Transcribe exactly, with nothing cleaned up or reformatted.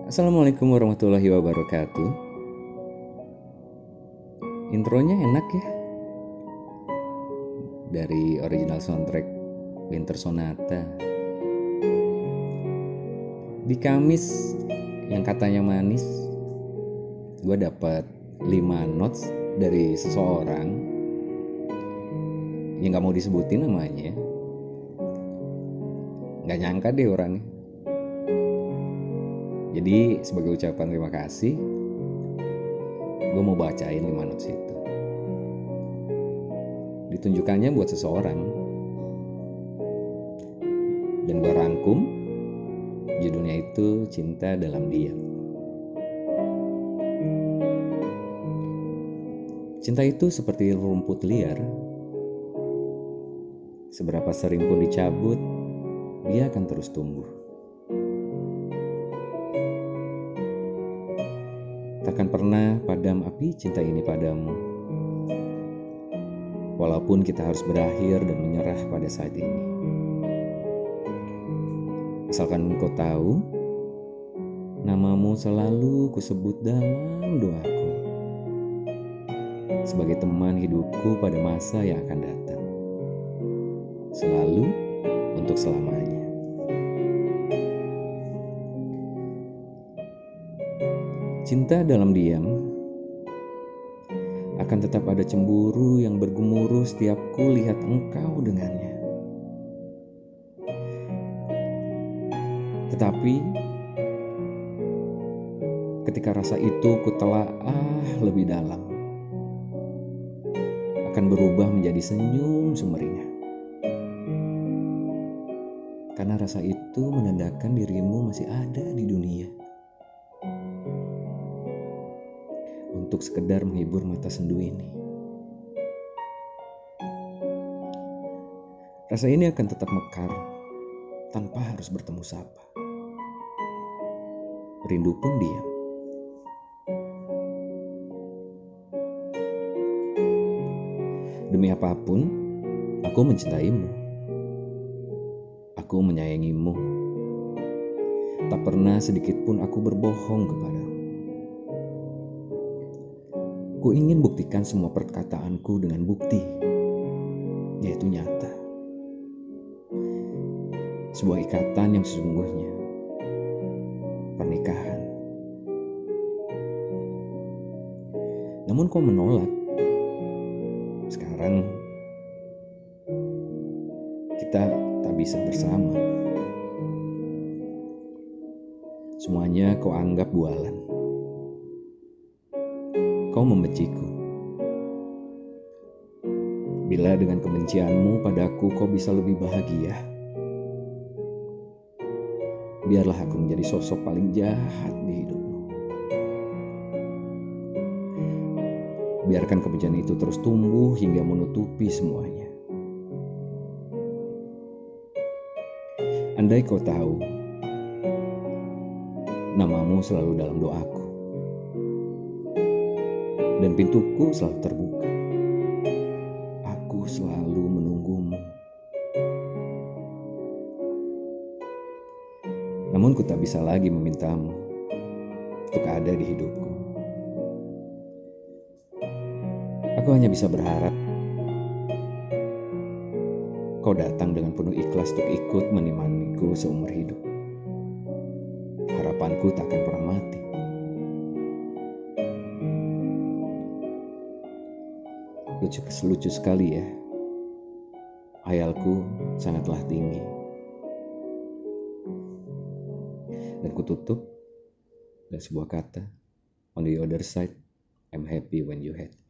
Assalamualaikum warahmatullahi wabarakatuh. Intronya enak ya, dari original soundtrack Winter Sonata. Di Kamis yang katanya manis, gue dapat lima notes dari seseorang yang gak mau disebutin namanya. Gak nyangka deh orangnya. Jadi sebagai ucapan terima kasih, gue mau bacain lima notes itu. Ditunjukkannya buat seseorang, dan gue rangkum. Judulnya itu Cinta Dalam Diam. Cinta itu seperti rumput liar. Seberapa sering pun dicabut, dia akan terus tumbuh. Takkan pernah padam api cinta ini padamu, walaupun kita harus berakhir dan menyerah pada saat ini. Asalkan engkau tahu, namamu selalu kusebut dalam doaku, sebagai teman hidupku pada masa yang akan datang, selalu untuk selamanya. Cinta dalam diam, akan tetap ada cemburu yang bergemuruh setiap ku lihat engkau dengannya. Tetapi ketika rasa itu ku telaah lebih dalam, akan berubah menjadi senyum sumringah. Karena rasa itu menandakan dirimu masih ada di dunia, untuk sekedar menghibur mata sendu ini. Rasa ini akan tetap mekar tanpa harus bertemu sapa. Rindu pun diam. Demi apapun, aku mencintaimu. Aku menyayangimu. Tak pernah sedikit pun aku berbohong kepadamu. Ku ingin buktikan semua perkataanku dengan bukti, yaitu nyata. Sebuah ikatan yang sesungguhnya, pernikahan. Namun kau menolak. Sekarang kita tak bisa bersama. Semuanya kau anggap bualan. Kau membenciku. Bila dengan kebencianmu padaku kau bisa lebih bahagia, biarlah aku menjadi sosok paling jahat di hidupmu. Biarkan kebencian itu terus tumbuh hingga menutupi semuanya. Andai kau tahu, namamu selalu dalam doaku, dan pintuku selalu terbuka. Aku selalu menunggumu. Namun ku tak bisa lagi memintamu untuk ada di hidupku. Aku hanya bisa berharap kau datang dengan penuh ikhlas untuk ikut menemaniku seumur hidup. Harapanku tak akan pernah mati. Lucu, lucu sekali ya. Hayalku sangatlah tinggi. Dan kututup dengan sebuah kata, on the other side, I'm happy when you had.